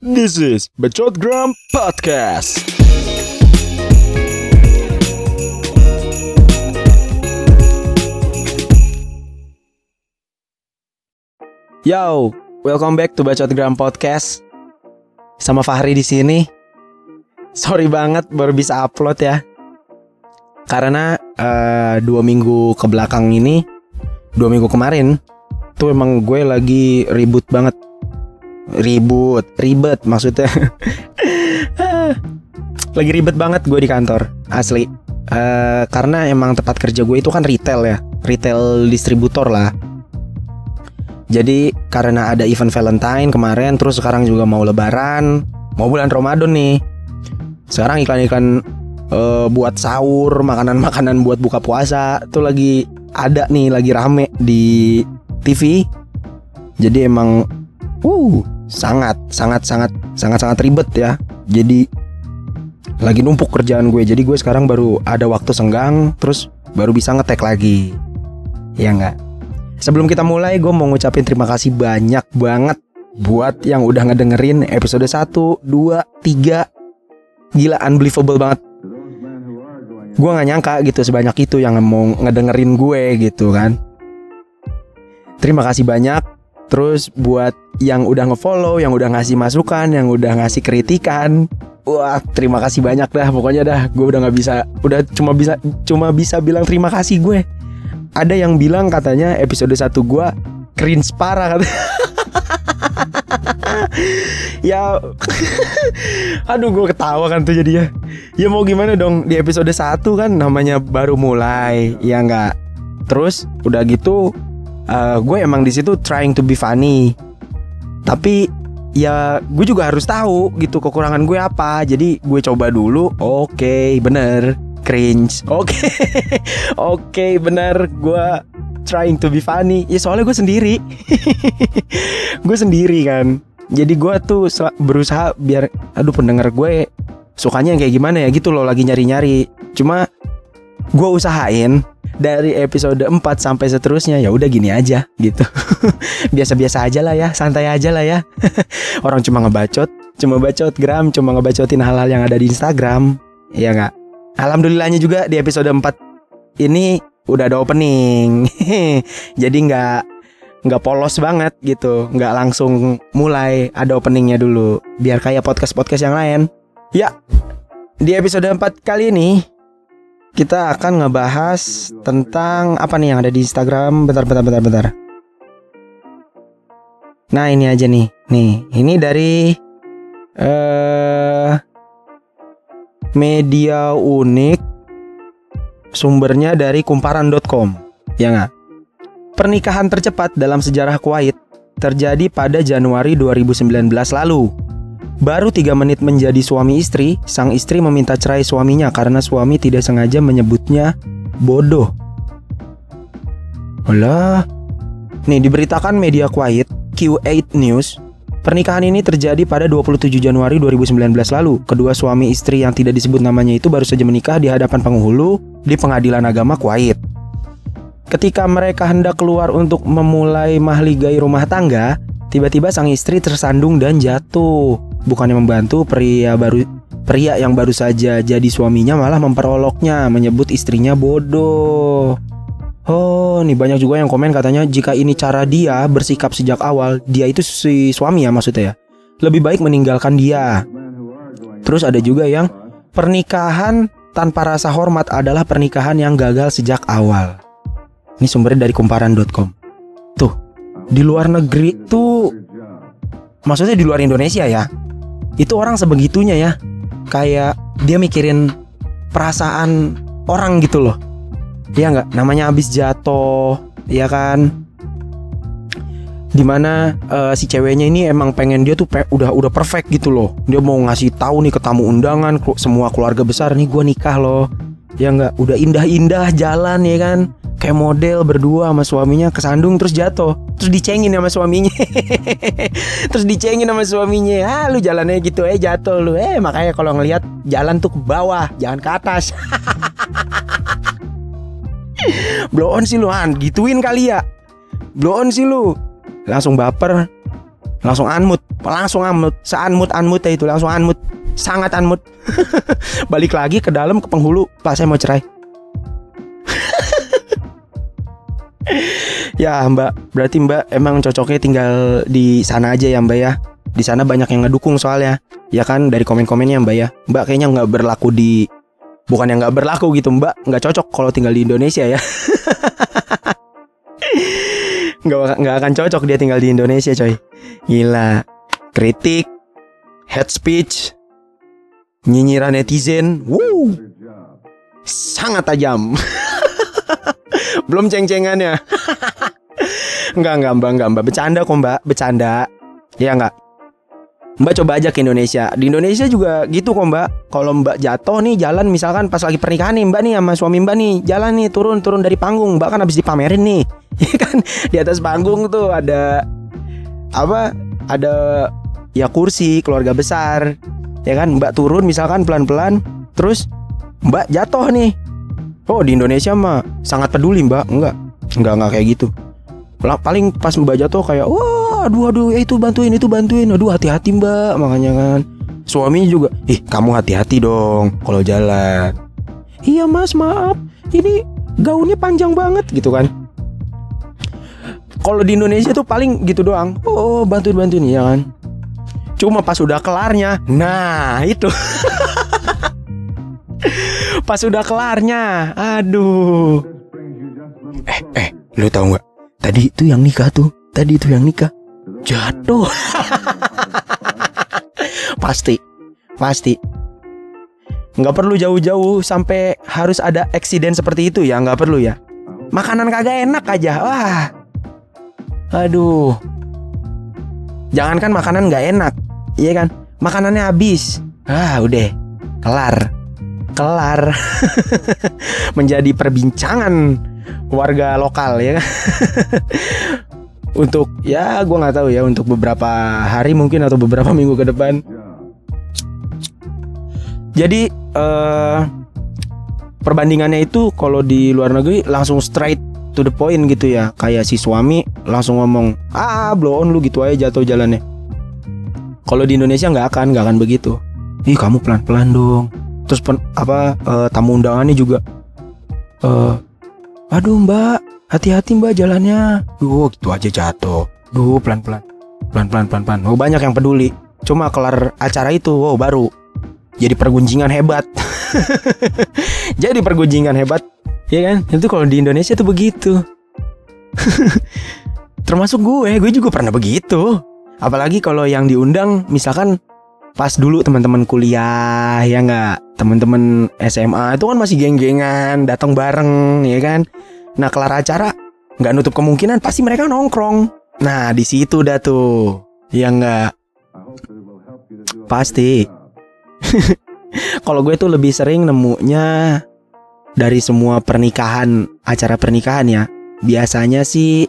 This is Bacotgram Podcast. Yo, welcome back to Bacotgram Podcast. Sama Fahri di sini. Sorry banget baru bisa upload ya. Karena 2 minggu ke belakang ini, 2 minggu kemarin tuh emang gue lagi ribet maksudnya. Lagi ribet banget gue di kantor, asli. Karena emang tempat kerja gue itu kan retail ya, retail distributor lah. Jadi karena ada event Valentine kemarin, terus sekarang juga mau Lebaran, mau bulan Ramadan nih. Sekarang iklan-iklan buat sahur, makanan-makanan buat buka puasa tuh lagi ada nih, lagi rame di TV. Jadi emang sangat ribet ya. Jadi lagi numpuk kerjaan gue. Jadi gue sekarang baru ada waktu senggang, terus baru bisa ngetek lagi. Ya enggak? Sebelum kita mulai, gue mau ngucapin terima kasih banyak banget buat yang udah ngedengerin episode 1, 2, 3. Gila, unbelievable banget. Gue gak nyangka gitu sebanyak itu yang mau ngedengerin gue gitu kan. Terima kasih banyak. Terus buat yang udah ngefollow, yang udah ngasih masukan, yang udah ngasih kritikan, wah terima kasih banyak dah. Pokoknya dah, gue udah gak bisa, udah cuma bisa bilang terima kasih gue. Ada yang bilang katanya episode 1 gue cringe parah katanya. Ya aduh, gue ketawa kan tuh jadinya. Ya mau gimana dong, di episode 1 kan namanya baru mulai, ya enggak. Terus udah gitu gue emang di situ trying to be funny. Tapi ya gue juga harus tahu gitu kekurangan gue apa. Jadi gue coba dulu. Oke, bener, cringe. Oke, bener, gue trying to be funny. Ya soalnya gue sendiri. Gue sendiri kan. Jadi gue tuh berusaha biar pendengar gue sukanya yang kayak gimana ya gitu loh. Lagi nyari-nyari. Cuma gue usahain dari episode 4 sampai seterusnya ya udah gini aja gitu. Biasa-biasa aja lah ya, santai aja lah ya. Orang cuma ngebacot gram, cuma ngebacotin hal-hal yang ada di Instagram. Iya enggak? Alhamdulillahnya juga di episode 4 ini udah ada opening. Jadi enggak polos banget gitu, enggak langsung mulai, ada openingnya dulu biar kayak podcast-podcast yang lain. Ya, di episode 4 kali ini kita akan ngebahas tentang apa nih yang ada di Instagram. Bentar. Nah ini aja nih. Ini dari media unik. Sumbernya dari kumparan.com. Ya nggak? Pernikahan tercepat dalam sejarah Kuwait terjadi pada Januari 2019 lalu. Baru 3 menit menjadi suami istri, sang istri meminta cerai suaminya karena suami tidak sengaja menyebutnya bodoh. Alah. Nih diberitakan media Kuwait, Q8 News, pernikahan ini terjadi pada 27 Januari 2019 lalu. Kedua suami istri yang tidak disebut namanya itu baru saja menikah di hadapan penghulu di Pengadilan Agama Kuwait. Ketika mereka hendak keluar untuk memulai mahligai rumah tangga, tiba-tiba sang istri tersandung dan jatuh. Bukannya membantu, pria yang baru saja jadi suaminya malah memperoloknya, menyebut istrinya bodoh. Oh, nih banyak juga yang komen katanya jika ini cara dia bersikap sejak awal, dia itu si suami ya maksudnya ya, lebih baik meninggalkan dia. Terus ada juga yang pernikahan tanpa rasa hormat adalah pernikahan yang gagal sejak awal. Ini sumbernya dari kumparan.com. Tuh, di luar negeri tuh, maksudnya di luar Indonesia ya, itu orang sebegitunya ya. Kayak dia mikirin perasaan orang gitu loh. Iya gak? Namanya abis jatuh, ya kan? Dimana si ceweknya ini emang pengen dia tuh udah perfect gitu loh. Dia mau ngasih tahu nih ke tamu undangan, semua keluarga besar, nih gue nikah loh. Ya gak? Udah indah-indah jalan ya kan? Kayak model berdua sama suaminya, kesandung terus jatuh. Terus dicengin sama suaminya. Ah lu jalannya gitu jatuh lu. Makanya kalau ngelihat jalan tuh ke bawah, jangan ke atas. Blow on sih lu, gituin kali ya. Blow on sih lu. Langsung baper. Langsung anmut, seanmut itu langsung anmut, sangat anmut. Balik lagi ke dalam ke penghulu, Pak saya mau cerai. Ya Mbak, berarti Mbak emang cocoknya tinggal di sana aja ya Mbak ya. Di sana banyak yang ngedukung soalnya. Ya kan dari komen-komennya Mbak ya. Mbak kayaknya nggak berlaku di, bukan yang nggak berlaku gitu Mbak, nggak cocok kalau tinggal di Indonesia ya. Nggak akan cocok dia tinggal di Indonesia coy. Gila. Kritik, hate speech, nyinyiran netizen, sangat tajam. Belum ceng-cengannya. Enggak Mbak, bercanda kok Mbak, bercanda. Ya enggak. Mbak coba aja ke Indonesia. Di Indonesia juga gitu kok Mbak. Kalau Mbak jatuh nih jalan, misalkan pas lagi pernikahan nih Mbak nih sama suami Mbak nih, jalan nih turun dari panggung, Mbak kan habis dipamerin nih. Ya kan di atas panggung tuh ada apa? Ada ya kursi keluarga besar. Ya kan Mbak turun misalkan pelan-pelan, terus Mbak jatuh nih. Oh di Indonesia mah sangat peduli Mbak. Enggak kayak gitu. Paling pas Mbak jatuh kayak wah aduh itu bantuin, aduh hati-hati Mbak. Makanya kan suami juga kamu hati-hati dong kalau jalan. Iya mas maaf, ini gaunnya panjang banget gitu kan. Kalau di Indonesia tuh paling gitu doang. Oh bantuin ya kan. Cuma pas udah kelarnya, nah itu. Pas udah kelarnya, aduh. Lu tahu nggak? Tadi itu yang nikah jatuh. Pasti. Nggak perlu jauh-jauh sampai harus ada eksiden seperti itu ya, nggak perlu ya. Makanan kagak enak aja, wah. Aduh. Jangankan makanan nggak enak, iya kan? Makanannya habis, udah kelar. Menjadi perbincangan warga lokal ya. Untuk ya gue nggak tahu ya, untuk beberapa hari mungkin atau beberapa minggu ke depan. Jadi perbandingannya itu kalau di luar negeri langsung straight to the point gitu ya. Kayak si suami langsung ngomong blow on lu gitu aja jatuh jalannya. Kalau di Indonesia nggak akan begitu. Kamu pelan-pelan dong. Terus tamu undangannya juga aduh Mbak, hati-hati Mbak jalannya. Gitu aja jatuh. Pelan-pelan. Oh banyak yang peduli. Cuma kelar acara itu, baru jadi pergunjingan hebat. Jadi pergunjingan hebat, ya kan? Itu kalau di Indonesia tuh begitu. Termasuk gue juga pernah begitu. Apalagi kalau yang diundang, misalkan pas dulu teman-teman kuliah, ya nggak, teman-teman SMA itu kan masih geng-gengan, datang bareng, ya kan? Nah kelar acara, nggak nutup kemungkinan pasti mereka nongkrong. Nah di situ dah tuh, ya nggak? Pasti. Kalau gue tuh lebih sering nemunya dari semua pernikahan, acara pernikahan ya. Biasanya sih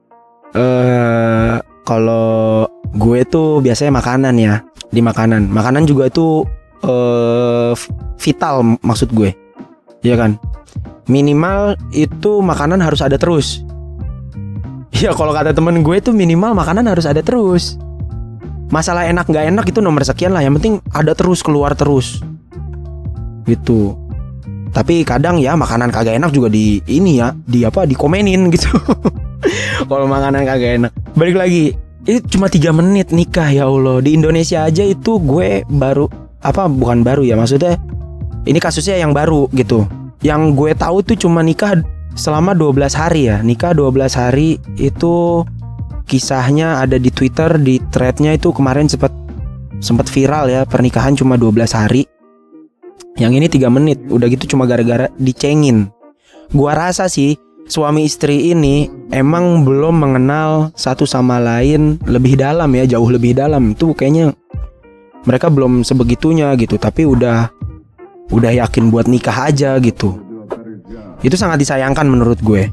kalau gue tuh biasanya makanan ya. Di makanan juga itu vital maksud gue. Iya kan? Minimal itu makanan harus ada terus. Ya kalau kata temen gue tuh minimal makanan harus ada terus. Masalah enak gak enak itu nomor sekian lah. Yang penting ada terus, keluar terus gitu. Tapi kadang ya makanan kagak enak juga dikomenin gitu. Kalau makanan kagak enak. Balik lagi, itu cuma 3 menit nikah, ya Allah. Di Indonesia aja itu gue bukan baru ya, maksudnya ini kasusnya yang baru gitu. Yang gue tahu tuh cuma nikah selama 12 hari ya. Nikah 12 hari itu kisahnya ada di Twitter, di threadnya itu kemarin sempat viral ya. Pernikahan cuma 12 hari. Yang ini 3 menit. Udah gitu cuma gara-gara dicengin. Gua rasa sih suami istri ini emang belum mengenal satu sama lain lebih dalam ya, jauh lebih dalam. Itu kayaknya mereka belum sebegitunya gitu, tapi udah yakin buat nikah aja gitu. Itu sangat disayangkan menurut gue.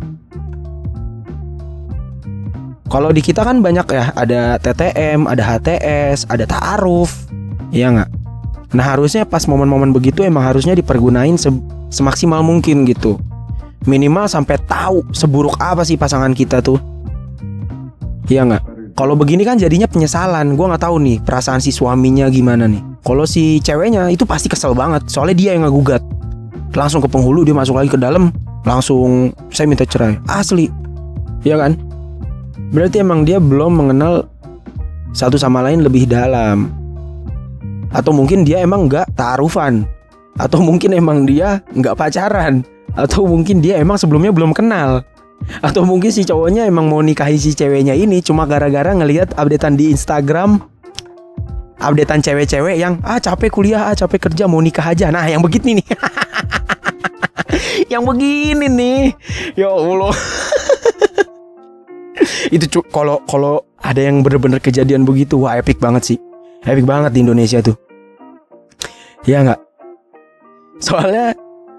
Kalau di kita kan banyak ya, ada TTM, ada HTS, ada ta'aruf, iya nggak? Nah harusnya pas momen-momen begitu emang harusnya dipergunain semaksimal mungkin gitu. Minimal sampai tahu seburuk apa sih pasangan kita tuh, iya nggak? Kalau begini kan jadinya penyesalan. Gue nggak tahu nih perasaan si suaminya gimana nih. Kalau si ceweknya itu pasti kesel banget, soalnya dia yang ngegugat. Langsung ke penghulu, dia masuk lagi ke dalam, langsung saya minta cerai. Asli, ya kan? Berarti emang dia belum mengenal satu sama lain lebih dalam. Atau mungkin dia emang nggak ta'arufan. Atau mungkin emang dia nggak pacaran. Atau mungkin dia emang sebelumnya belum kenal. Atau mungkin si cowoknya emang mau nikahi si ceweknya ini cuma gara-gara ngelihat updatean di Instagram, updatean cewek-cewek yang capek kuliah, capek kerja, mau nikah aja. Nah yang begini nih. Yang begini nih. Ya Allah. Itu kalau ada yang bener-bener kejadian begitu, wah epic banget sih. Epic banget di Indonesia tuh. Ya nggak? Soalnya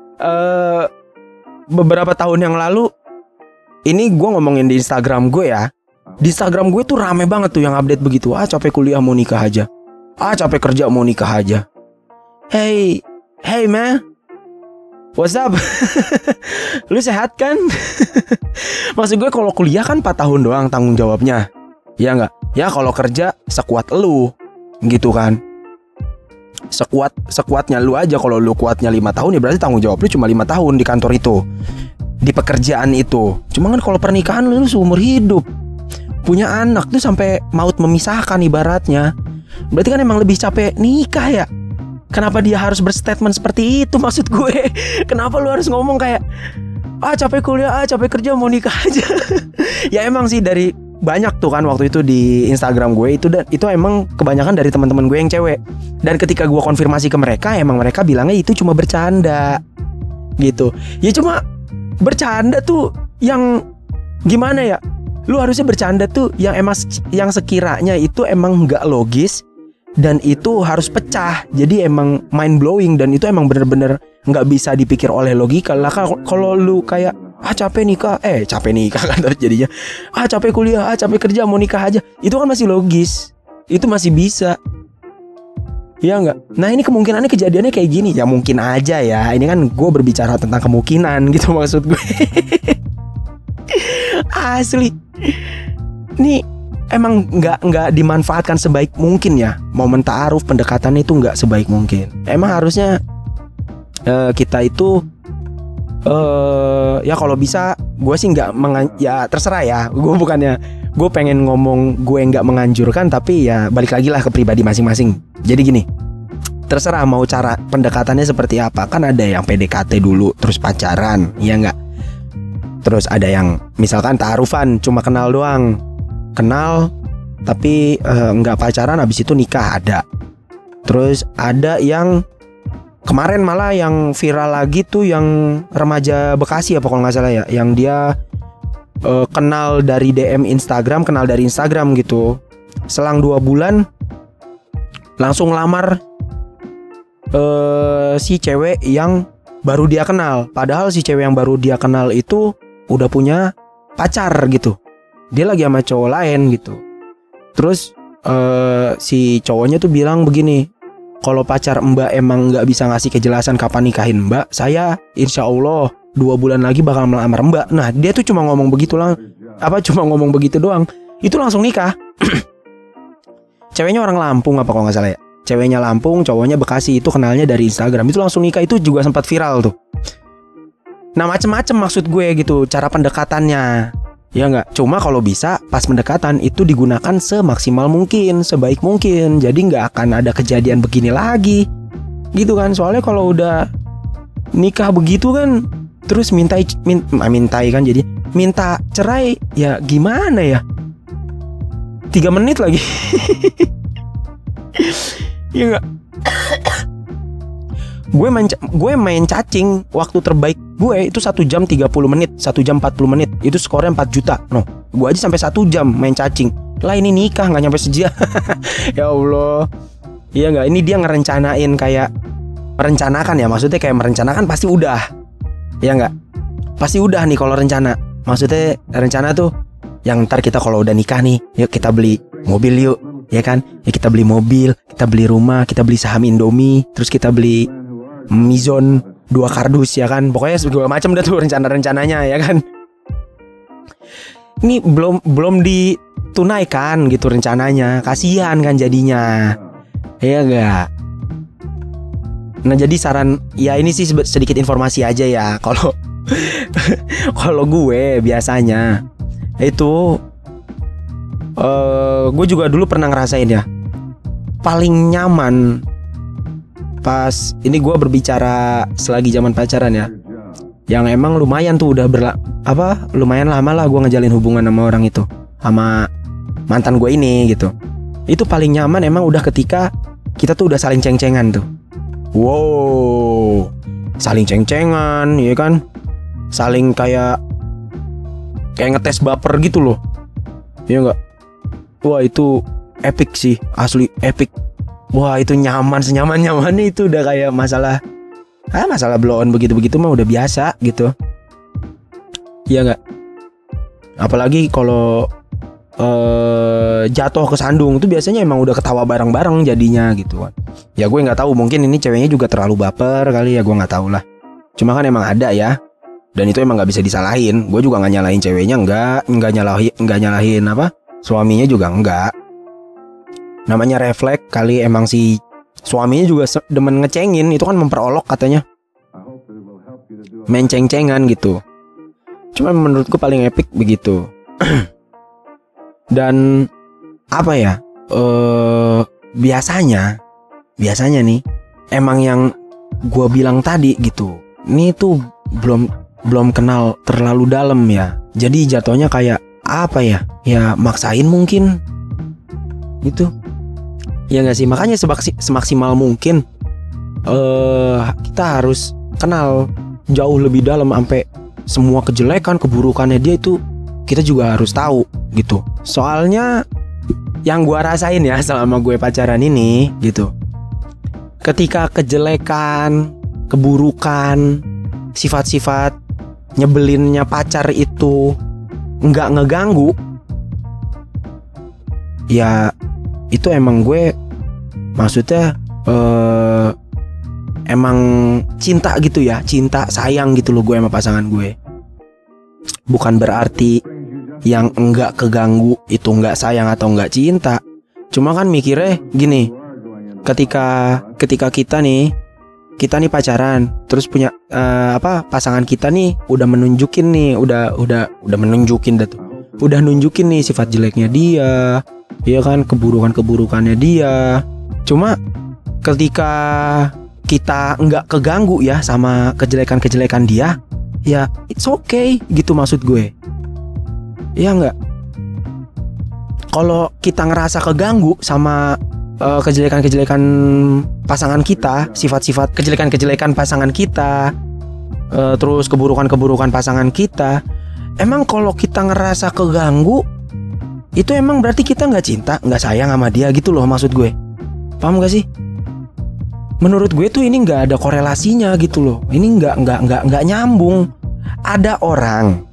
beberapa tahun yang lalu, ini gue ngomongin di Instagram gue ya. Di Instagram gue tuh rame banget tuh yang update begitu. Capek kuliah mau nikah aja. Capek kerja mau nikah aja. Hey man, what's up? Lu sehat kan? Maksud gue kalau kuliah kan 4 tahun doang tanggung jawabnya. Ya gak? Ya kalau kerja sekuat lu, gitu kan. Sekuatnya lu aja. Kalau lu kuatnya 5 tahun ya berarti tanggung jawab lu cuma 5 tahun di kantor itu, di pekerjaan itu. Cuma kan kalau pernikahan lu seumur hidup. Punya anak tuh sampai maut memisahkan ibaratnya. Berarti kan emang lebih capek nikah ya. Kenapa dia harus berstatement seperti itu, maksud gue? Kenapa lu harus ngomong kayak capek kuliah, capek kerja, mau nikah aja? Ya emang sih dari banyak tuh kan waktu itu di Instagram gue itu emang kebanyakan dari teman-teman gue yang cewek. Dan ketika gue konfirmasi ke mereka, emang mereka bilangnya itu cuma bercanda gitu. Ya cuma bercanda tuh yang gimana ya? Lu harusnya bercanda tuh yang sekiranya itu emang nggak logis dan itu harus pecah. Jadi emang mind blowing dan itu emang bener-bener nggak bisa dipikir oleh logika lah. Kalau lu kayak capek nikah kan jadinya capek kuliah, capek kerja, mau nikah aja, itu kan masih logis, itu masih bisa. Ya nggak? Nah ini kemungkinannya kejadiannya kayak gini. Ya mungkin aja ya. Ini kan gue berbicara tentang kemungkinan gitu maksud gue. Asli. Ini emang nggak dimanfaatkan sebaik mungkin ya. Momen ta'aruf, pendekatan itu nggak sebaik mungkin. Emang harusnya kita itu ya kalau bisa, gue sih nggak ya terserah ya. Gue pengen ngomong gue nggak menganjurkan, tapi ya balik lagi lah ke pribadi masing-masing. Jadi gini, terserah mau cara pendekatannya seperti apa. Kan ada yang PDKT dulu terus pacaran, ya nggak? Terus ada yang misalkan ta'arufan, cuma kenal doang. Kenal tapi nggak pacaran, habis itu nikah ada. Terus ada yang kemarin malah yang viral lagi tuh, yang remaja Bekasi apa kalau nggak salah ya, yang dia kenal dari DM Instagram, kenal dari Instagram gitu. Selang 2 bulan langsung lamar si cewek yang baru dia kenal. Padahal si cewek yang baru dia kenal itu udah punya pacar gitu. Dia lagi sama cowok lain gitu. Terus si cowoknya tuh bilang begini, kalau pacar mbak emang gak bisa ngasih kejelasan kapan nikahin mbak, saya insya Allah 2 bulan lagi bakal melamar mbak. Nah dia tuh cuma ngomong begitu cuma ngomong begitu doang, itu langsung nikah. Ceweknya orang Lampung apa kalau gak salah ya. Ceweknya Lampung, cowoknya Bekasi, itu kenalnya dari Instagram. Itu langsung nikah, itu juga sempat viral tuh. Nah macem-macem maksud gue gitu cara pendekatannya. Ya nggak, cuma kalau bisa pas pendekatan itu digunakan semaksimal mungkin, sebaik mungkin. Jadi nggak akan ada kejadian begini lagi, gitu kan? Soalnya kalau udah nikah begitu kan, terus mintai kan, jadi minta cerai, ya gimana ya? 3 menit lagi. Ya nggak? Gue main cacing, waktu terbaik gue itu 1 jam 30 menit, 1 jam 40 menit. Itu skornya 4 juta. No, gue aja sampai 1 jam main cacing. Lah ini nikah gak nyampe sejam. Ya Allah. Iya gak, ini dia ngerencanain, kayak merencanakan ya. Maksudnya kayak merencanakan pasti udah. Ya gak, pasti udah nih kalau rencana. Maksudnya rencana tuh yang ntar kita kalau udah nikah nih, yuk kita beli mobil yuk, ya kan? Ya kita beli mobil, kita beli rumah, kita beli saham Indomie, terus kita beli Mizon 2 kardus, ya kan? Pokoknya segala macam dah tuh rencana-rencananya, ya kan? Ini belum tunaikan gitu rencananya. Kasihan kan jadinya. Iya gak? Nah jadi saran, ya ini sih sedikit informasi aja ya. Kalau kalau gue biasanya itu gue juga dulu pernah ngerasain ya. Paling nyaman pas ini gue berbicara selagi zaman pacaran ya, yang emang lumayan tuh udah lumayan lama lah gue ngejalin hubungan sama orang itu, sama mantan gue ini gitu. Itu paling nyaman emang udah ketika kita tuh udah saling ceng-cengan tuh. Wow, saling ceng-cengan ya kan, saling kayak ngetes baper gitu loh. Iya gak? Wah itu epic sih, asli epic. Wah itu nyaman, senyaman-nyamannya itu udah kayak masalah blow on begitu-begitu mah udah biasa gitu. Iya gak? Apalagi kalau jatuh ke sandung itu biasanya emang udah ketawa bareng-bareng jadinya gitu kan. Ya gue gak tahu, mungkin ini ceweknya juga terlalu baper kali ya, gue gak tahu lah. Cuma kan emang ada ya, dan itu emang gak bisa disalahin. Gue juga gak nyalahin ceweknya, enggak nyalahin suaminya juga enggak. Namanya refleks kali, emang si suaminya juga demen ngecengin. Itu kan memperolok katanya, main ceng-cengan gitu. Cuma menurutku paling epic begitu. Dan apa ya, biasanya nih emang yang gue bilang tadi gitu, ini tuh belum kenal terlalu dalam ya. Jadi jatuhnya kayak apa ya, ya maksain mungkin gitu. Ya gak sih, makanya semaksimal mungkin kita harus kenal jauh lebih dalam, sampai semua kejelekan keburukannya dia itu kita juga harus tahu gitu. Soalnya yang gue rasain ya selama gue pacaran ini gitu, ketika kejelekan, keburukan, sifat-sifat nyebelinnya pacar itu nggak ngeganggu, ya itu emang gue maksudnya emang cinta gitu ya, cinta sayang gitu loh gue sama pasangan gue. Bukan berarti yang enggak keganggu itu enggak sayang atau enggak cinta. Cuma kan mikirnya gini, ketika kita nih pacaran, terus punya pasangan kita nih udah menunjukin nih, udah menunjukin dah tuh, udah nunjukin nih sifat jeleknya dia, ya kan, keburukannya dia. Cuma ketika kita nggak keganggu ya sama kejelekan dia, ya it's okay gitu maksud gue. Ya nggak? Kalau kita ngerasa keganggu sama kejelekan pasangan kita, sifat-sifat kejelekan pasangan kita, terus keburukan pasangan kita, emang kalau kita ngerasa keganggu, itu emang berarti kita nggak cinta, nggak sayang sama dia gitu loh maksud gue. Paham gak sih? Menurut gue tuh ini nggak ada korelasinya gitu loh. Ini nggak nyambung. Ada orang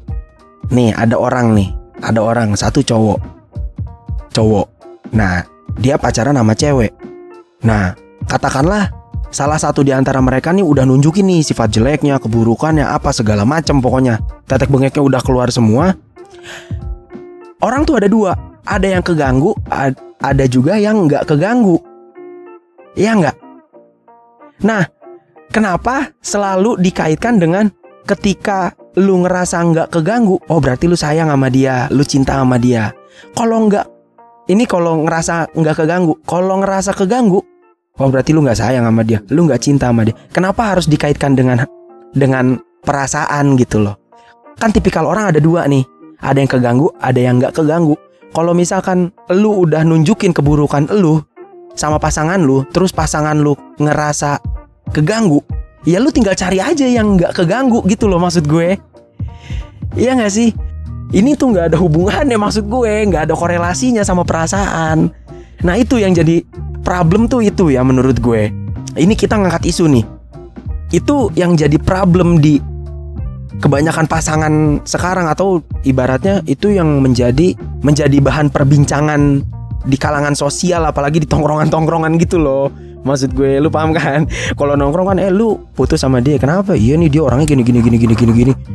satu cowok. Nah, dia pacaran sama cewek. Nah, katakanlah salah satu di antara mereka nih udah nunjukin nih sifat jeleknya, keburukannya, apa segala macam pokoknya. Tetek bengeknya udah keluar semua. Orang tuh ada dua, ada yang keganggu, ada juga yang nggak keganggu. Iya nggak? Nah, kenapa selalu dikaitkan dengan ketika lu ngerasa nggak keganggu, oh berarti lu sayang sama dia, lu cinta sama dia. Kalau ngerasa nggak keganggu, kalau ngerasa keganggu, oh berarti lu nggak sayang sama dia, lu nggak cinta sama dia. Kenapa harus dikaitkan dengan perasaan gitu loh? Kan tipikal orang ada dua nih, ada yang keganggu, ada yang nggak keganggu. Kalau misalkan lu udah nunjukin keburukan lu sama pasangan lu, terus pasangan lu ngerasa keganggu, ya lu tinggal cari aja yang nggak keganggu gitu loh maksud gue. Iya nggak sih? Ini tuh nggak ada hubungannya maksud gue, nggak ada korelasinya sama perasaan. Nah itu yang jadi problem tuh itu ya menurut gue. Ini kita ngangkat isu nih. Itu yang jadi problem di kebanyakan pasangan sekarang, atau ibaratnya itu yang menjadi bahan perbincangan di kalangan sosial, apalagi di tongkrongan gitu loh. Maksud gue, lu paham kan? Kalau nongkrong kan lu putus sama dia, kenapa? Iya nih dia orangnya gini.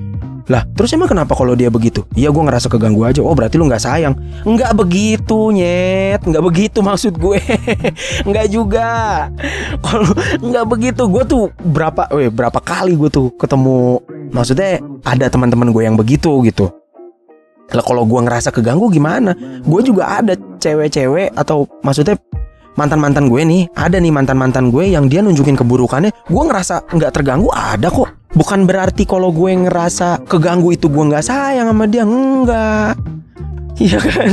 Lah terus emang kenapa kalau dia begitu? Iya gue ngerasa keganggu aja. Oh berarti lu gak sayang. Nggak begitu nyet, nggak begitu maksud gue. Nggak juga. Kalau nggak begitu, gue tuh berapa kali gue tuh ketemu. Maksudnya ada teman-teman gue yang begitu gitu. Lah kalau gue ngerasa keganggu gimana? Gue juga ada cewek-cewek atau maksudnya mantan-mantan gue nih. Ada nih mantan-mantan gue yang dia nunjukin keburukannya. Gue ngerasa nggak terganggu, ada kok. Bukan berarti kalau gue ngerasa keganggu itu gue nggak sayang sama dia. Enggak. Iya kan?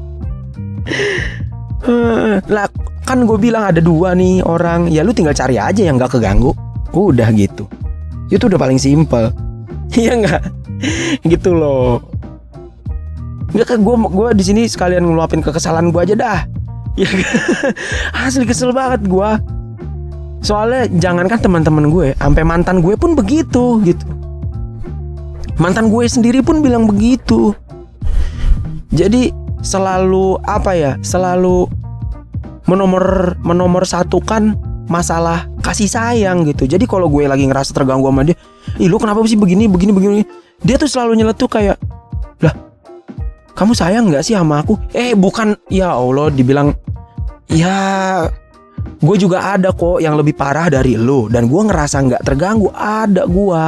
Lah kan gue bilang ada 2 nih orang. Ya lu tinggal cari aja yang nggak keganggu. Udah gitu. Itu udah paling simpel. Iya nggak? Gitu loh. Nggak kan gue di sini sekalian ngeluapin kekesalan gue aja dah. Ya asli kesel banget gue. Soalnya jangankan teman-teman gue, sampai mantan gue pun begitu gitu. Mantan gue sendiri pun bilang begitu. Jadi selalu selalu menomor satukan masalah kasih sayang gitu. Jadi kalau gue lagi ngerasa terganggu sama dia, ih lu kenapa sih begini. Dia tuh selalu nyeletuk kayak, lah kamu sayang gak sih sama aku? Bukan, ya Allah, dibilang ya gue juga ada kok yang lebih parah dari lo. Dan gue ngerasa gak terganggu. Ada gue.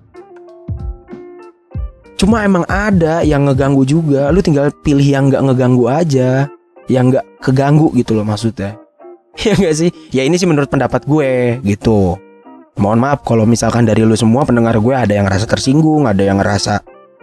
Cuma emang ada yang ngeganggu juga. Lu tinggal pilih yang gak ngeganggu aja, yang gak keganggu gitu loh maksudnya. Ya gak sih? Ya ini sih menurut pendapat gue gitu. Mohon maaf kalau misalkan dari lu semua pendengar gue ada yang ngerasa tersinggung, ada yang ngerasa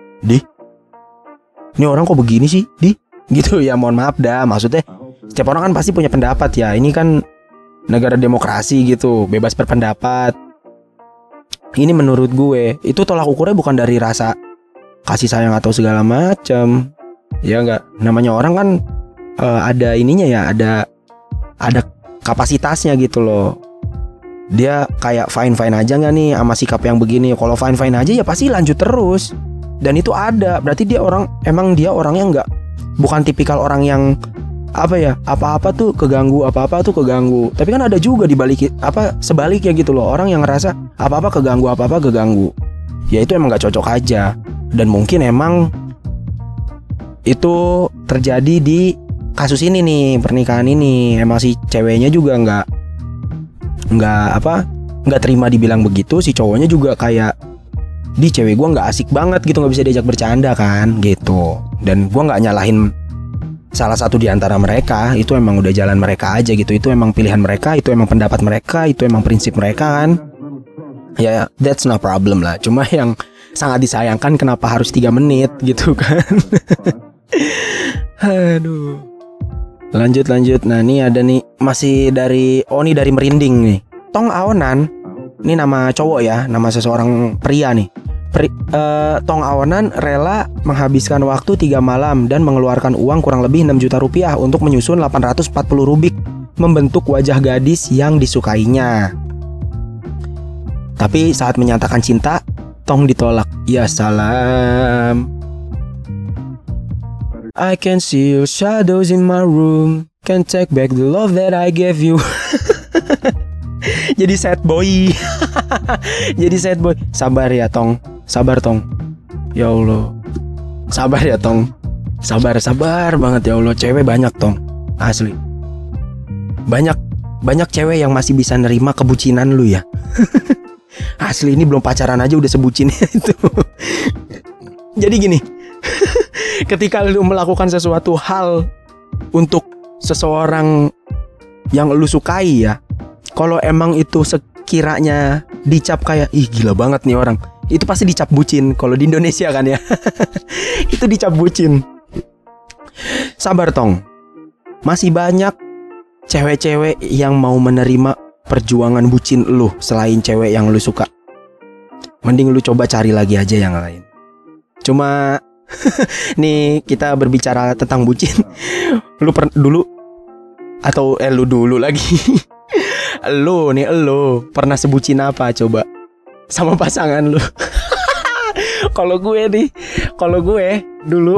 ini orang kok begini sih gitu ya, mohon maaf dah. Maksudnya setiap orang kan pasti punya pendapat ya. Ini kan negara demokrasi gitu, bebas berpendapat. Ini menurut gue itu tolak ukurnya bukan dari rasa kasih sayang atau segala macam. Ya enggak, namanya orang kan ada ininya ya, ada kapasitasnya gitu loh. Dia kayak fine aja nggak nih sama sikap yang begini. Kalau fine aja ya pasti lanjut terus. Dan itu ada, berarti dia orangnya nggak, bukan tipikal orang yang apa-apa tuh keganggu. Tapi kan ada juga sebaliknya gitu loh, orang yang ngerasa apa-apa keganggu. Ya itu emang nggak cocok aja. Dan mungkin emang itu terjadi di kasus ini nih, pernikahan ini. Emang si ceweknya juga nggak terima dibilang begitu. Si cowoknya juga kayak, di cewek gue nggak asik banget gitu, nggak bisa diajak bercanda kan gitu. Dan gue nggak nyalahin salah satu di antara mereka. Itu emang udah jalan mereka aja gitu. Itu emang pilihan mereka, itu emang pendapat mereka, itu emang prinsip mereka kan. Ya that's no problem lah. Cuma yang sangat disayangkan kenapa harus 3 menit gitu kan. Aduh. Lanjut. Nah ini ada nih, masih dari Merinding nih. Tong Aonan, ini nama cowok ya, nama seseorang pria nih. Tong Aonan rela menghabiskan waktu 3 malam dan mengeluarkan uang kurang lebih 6 juta rupiah untuk menyusun 840 rubik membentuk wajah gadis yang disukainya. Tapi saat menyatakan cinta, Tong ditolak. Ya salam. I can see your shadows in my room, can't take back the love that I gave you. Jadi sad boy. Sabar ya Tong. Sabar Tong. Ya Allah. Sabar ya Tong. Sabar banget ya Allah. Cewek banyak Tong. Asli. Banyak cewek yang masih bisa nerima kebucinan lu ya. Asli, ini belum pacaran aja udah sebucin itu. Jadi gini. Ketika lu melakukan sesuatu hal untuk seseorang yang lu sukai ya, kalau emang itu sekiranya dicap kayak, ih gila banget nih orang, itu pasti dicap bucin. Kalau di Indonesia kan ya. Itu dicap bucin. Sabar Tong. Masih banyak cewek-cewek yang mau menerima perjuangan bucin lu selain cewek yang lu suka. Mending lu coba cari lagi aja yang lain. Cuma nih kita berbicara tentang bucin. Lu dulu lagi. Lu pernah sebucin apa coba sama pasangan lu? Kalau gue dulu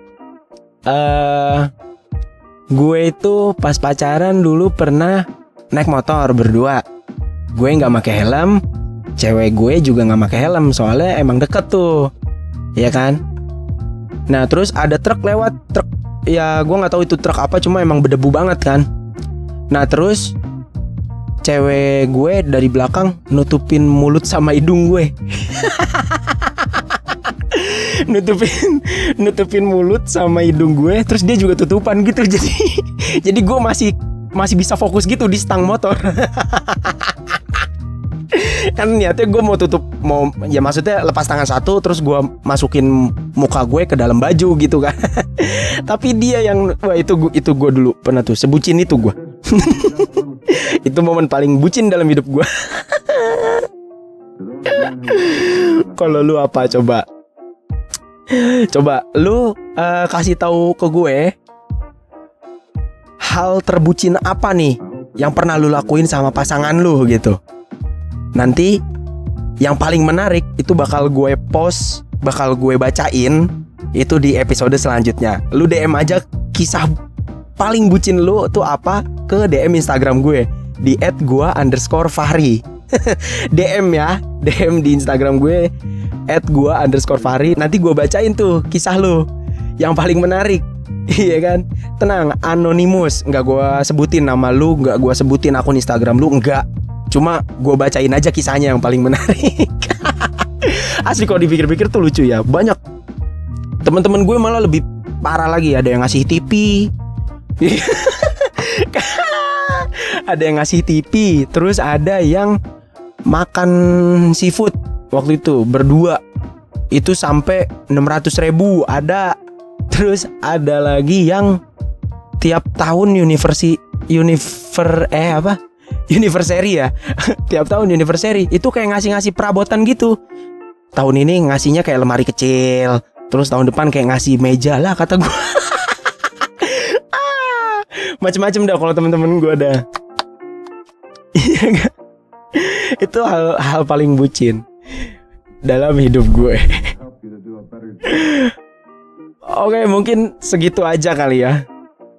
gue itu pas pacaran dulu pernah naik motor berdua. Gue nggak pakai helm, cewek gue juga nggak pakai helm, soalnya emang deket tuh. ya kan. Nah terus ada truk lewat, truk ya gue nggak tahu itu truk apa, cuma emang berdebu banget kan. Nah terus cewek gue dari belakang nutupin mulut sama hidung gue. nutupin mulut sama hidung gue, terus dia juga tutupan gitu. Jadi gue masih bisa fokus gitu di stang motor. Kan niatnya gue mau ya maksudnya lepas tangan satu, terus gue masukin muka gue ke dalam baju gitu kan. Tapi dia yang wah itu gue dulu pernah tuh sebucin itu gue. Itu momen paling bucin dalam hidup gue. Kalau lu apa coba? Coba lu kasih tahu ke gue hal terbucin apa nih yang pernah lu lakuin sama pasangan lu gitu. Nanti yang paling menarik itu bakal gue post, bakal gue bacain itu di episode selanjutnya. Lu DM aja kisah paling bucin lu tuh apa ke DM Instagram gue di @gua_fahri. DM ya, DM di Instagram gue @gua_fahri. Nanti gue bacain tuh kisah lu yang paling menarik. Iya kan? Tenang, anonimus, nggak gue sebutin nama lu, nggak gue sebutin akun Instagram lu, nggak. Cuma gue bacain aja kisahnya yang paling menarik. Asli kalau dipikir-pikir tuh lucu ya. Banyak teman-teman gue malah lebih parah lagi. Ada yang ngasih TV. Ada yang ngasih TV. Terus ada yang makan seafood waktu itu berdua. Itu sampai 600.000 ada. Terus ada lagi yang tiap tahun anniversary ya. Tiap tahun anniversary itu kayak ngasih perabotan gitu. Tahun ini ngasihnya kayak lemari kecil, terus tahun depan kayak ngasih meja lah kata gue. Macem-macem dah kalau temen-temen gue ada. Iya gak? Itu hal paling bucin dalam hidup gue. Oke, mungkin segitu aja kali ya.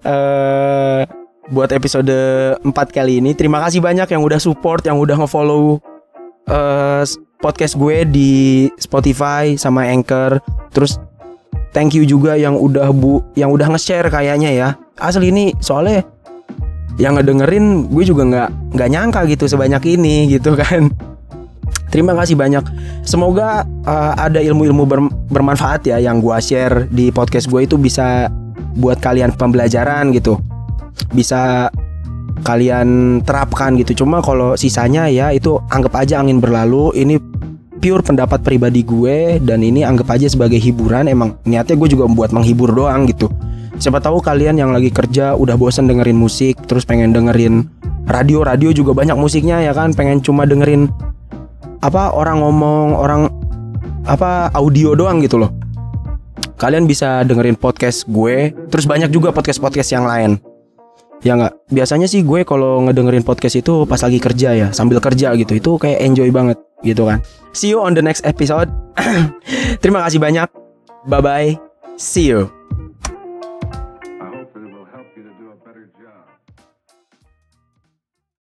Buat episode 4 kali ini. Terima kasih banyak yang udah support, yang udah nge-follow podcast gue di Spotify sama Anchor. Terus thank you juga yang udah nge-share kayaknya ya. Asli ini soalnya yang ngedengerin gue juga nggak nyangka gitu sebanyak ini gitu kan. Terima kasih banyak. Semoga ada ilmu-ilmu bermanfaat ya yang gue share di podcast gue itu bisa buat kalian pembelajaran gitu, bisa kalian terapkan gitu. Cuma kalau sisanya ya itu anggap aja angin berlalu. Ini pure pendapat pribadi gue dan ini anggap aja sebagai hiburan. Emang niatnya gue juga buat menghibur doang gitu. Siapa tahu kalian yang lagi kerja udah bosan dengerin musik, terus pengen dengerin radio juga banyak musiknya ya kan, pengen cuma dengerin orang ngomong, audio doang gitu loh. Kalian bisa dengerin podcast gue. Terus banyak juga podcast yang lain. Ya nggak? Biasanya sih gue kalau ngedengerin podcast itu pas lagi kerja ya, sambil kerja gitu. Itu kayak enjoy banget gitu kan. See you on the next episode. Terima kasih banyak. Bye bye. See you.